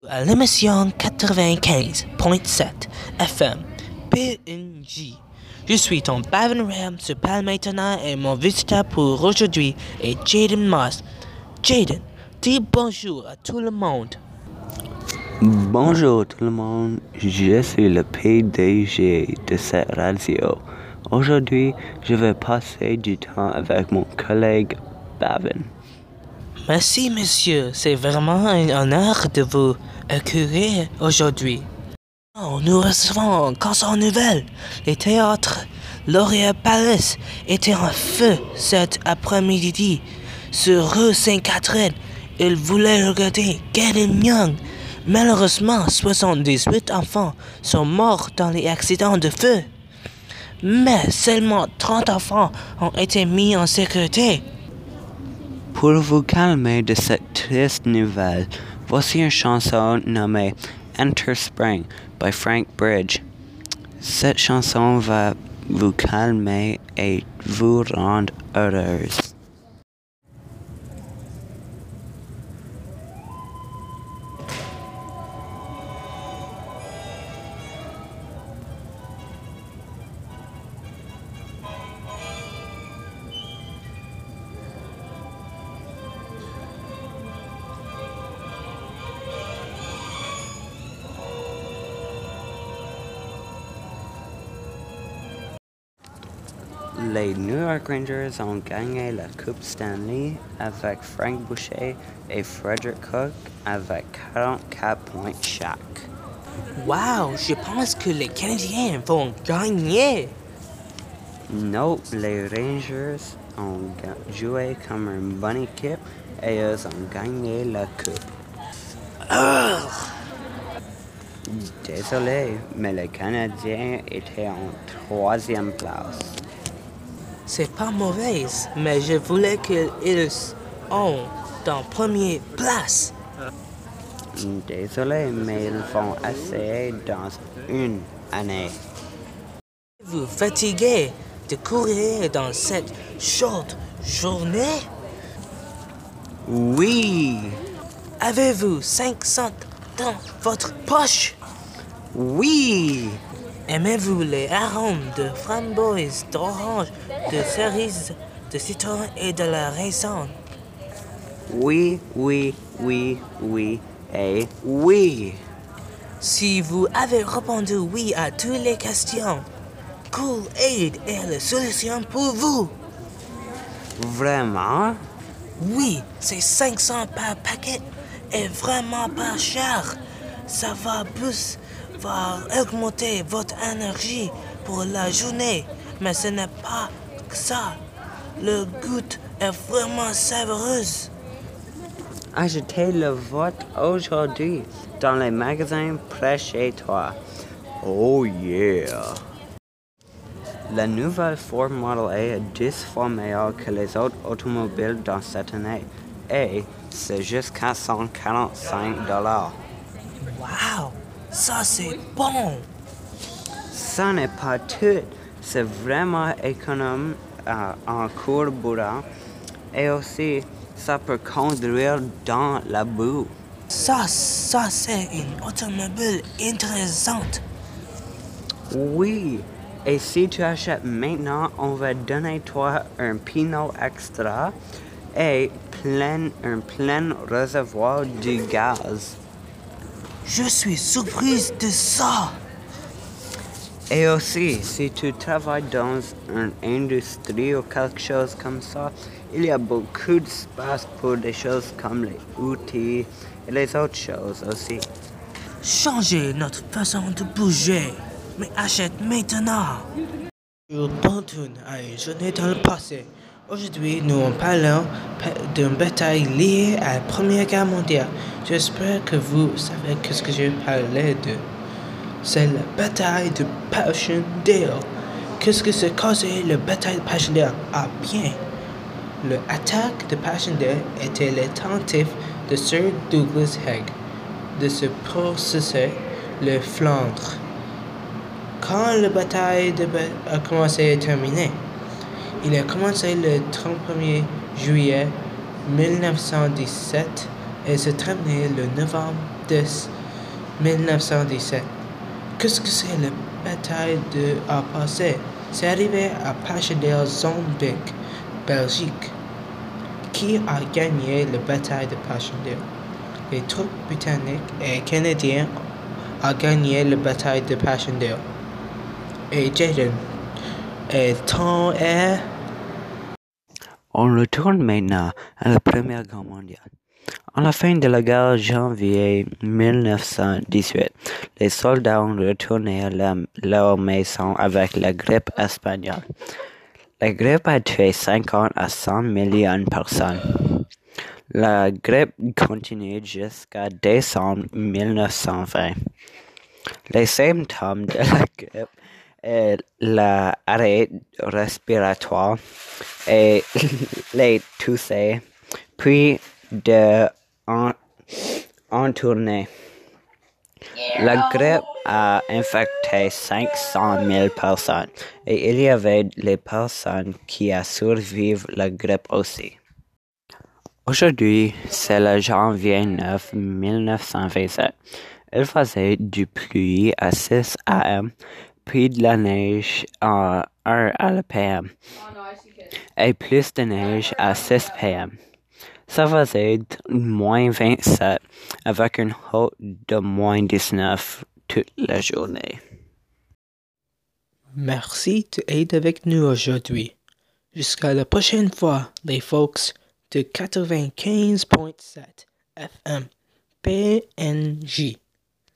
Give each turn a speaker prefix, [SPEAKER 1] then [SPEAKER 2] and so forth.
[SPEAKER 1] À l'émission 95.7 FM PNJ. Je suis ton Bavin Ram sur Pal maintenant et mon visiteur pour aujourd'hui est Jaden Moss. Jaden, dis bonjour à tout le monde.
[SPEAKER 2] Bonjour tout le monde, je suis le PDG de cette radio. Aujourd'hui, je vais passer du temps avec mon collègue Bavin.
[SPEAKER 1] Merci monsieur, c'est vraiment un honneur de vous accueillir aujourd'hui. Nous recevons encore son nouvelle. Les théâtres Laurier Palace étaient en feu cet après-midi sur rue Sainte-Catherine. Ils voulaient regarder Getting Young. Malheureusement, 78 enfants sont morts dans les accidents de feu. Mais seulement 30 enfants ont été mis en sécurité.
[SPEAKER 2] Pour vous calmer de cette triste nouvelle, voici une chanson nommée Enter Spring by Frank Bridge. Cette chanson va vous calmer et vous rendre heureuse. Les New York Rangers ont gagné la Coupe Stanley avec Frank Boucher et Frederick Cook avec 44 points chaque.
[SPEAKER 1] Wow, je pense que les Canadiens vont gagner.
[SPEAKER 2] Non, les Rangers ont joué comme une bonne équipe et ils ont gagné la Coupe. Désolé, mais les Canadiens étaient en troisième place.
[SPEAKER 1] C'est pas mauvaise, mais je voulais qu'ils ont dans première place.
[SPEAKER 2] Désolé, mais ils vont essayer dans une année.
[SPEAKER 1] Vous fatigué de courir dans cette chaude journée?
[SPEAKER 2] Oui,
[SPEAKER 1] Avez-vous 5 cents dans votre poche?
[SPEAKER 2] oui,
[SPEAKER 1] Aimez-vous les arômes de framboise, d'orange, de cerise, de citron et de la raisin?
[SPEAKER 2] oui, oui, oui, oui et oui.
[SPEAKER 1] Si vous avez répondu oui à toutes les questions, Cool Aid est la solution pour vous.
[SPEAKER 2] Vraiment?
[SPEAKER 1] Oui, c'est 500 par paquet et vraiment pas cher. Ça va augmenter votre énergie pour la journée. Mais ce n'est pas que ça. Le goût est vraiment savoureuse.
[SPEAKER 2] Achetez le vote aujourd'hui dans les magasins près chez toi. Oh yeah! La nouvelle Ford Model A est 10 fois meilleure que les autres automobiles dans cette année. Et c'est jusqu'à $145.
[SPEAKER 1] Wow, ça c'est bon.
[SPEAKER 2] Ça n'est pas tout. C'est vraiment économe en carburant. Et aussi, ça peut conduire dans la boue.
[SPEAKER 1] Ça c'est une automobile intéressante.
[SPEAKER 2] Oui, et si tu achètes maintenant, on va donner toi un Pinot extra et un plein réservoir de gaz.
[SPEAKER 1] Je suis surprise de ça.
[SPEAKER 2] Et aussi, si tu travailles dans une industrie ou quelque chose comme ça, il y a beaucoup d'espace pour des choses comme les outils et les autres choses aussi.
[SPEAKER 1] Changer notre façon de bouger, mais achète maintenant. Je retourne à une journée dans le passé. Aujourd'hui, nous parlons d'une bataille liée à la Première Guerre mondiale. J'espère que vous savez ce que je parlais de. C'est la bataille de Passchendaele. Qu'est-ce que c'est causé la bataille de Passchendaele? Ah bien, l'attaque de Passchendaele était la tentative de Sir Douglas Haig de se processer le Flandre. Quand la bataille a commencé et terminé, il a commencé le 31 juillet 1917 et se terminé le novembre 10 1917. Qu'est-ce que c'est la bataille de a passé? C'est arrivé à Passchendaele-Zonnebeke, Belgique. Qui a gagné la bataille de Passchendaele? Les troupes britanniques et canadiennes ont gagné la bataille de Passchendaele. Et Jaden, et ton est...
[SPEAKER 2] On retourne maintenant à la Première Guerre mondiale. À la fin de la guerre janvier 1918, les soldats ont retourné à leur maison avec la grippe espagnole. La grippe a tué 50 à 100 millions de personnes. La grippe continue jusqu'à décembre 1920. Les symptômes de la grippe est l'arrêt respiratoire et les toussées, puis de entourner. La grippe a infecté 500 000 personnes et il y avait les personnes qui ont survécu la grippe aussi. Aujourd'hui, c'est le janvier 9 1927. Il faisait du pluie à 6 am, puis de la neige à 1 à la PM, et plus de neige à 6 PM. Ça faisait moins 27 avec une haute de moins 19 toute la journée.
[SPEAKER 1] Merci d'être avec nous aujourd'hui. Jusqu'à la prochaine fois, les folks de 95.7 FM PNJ.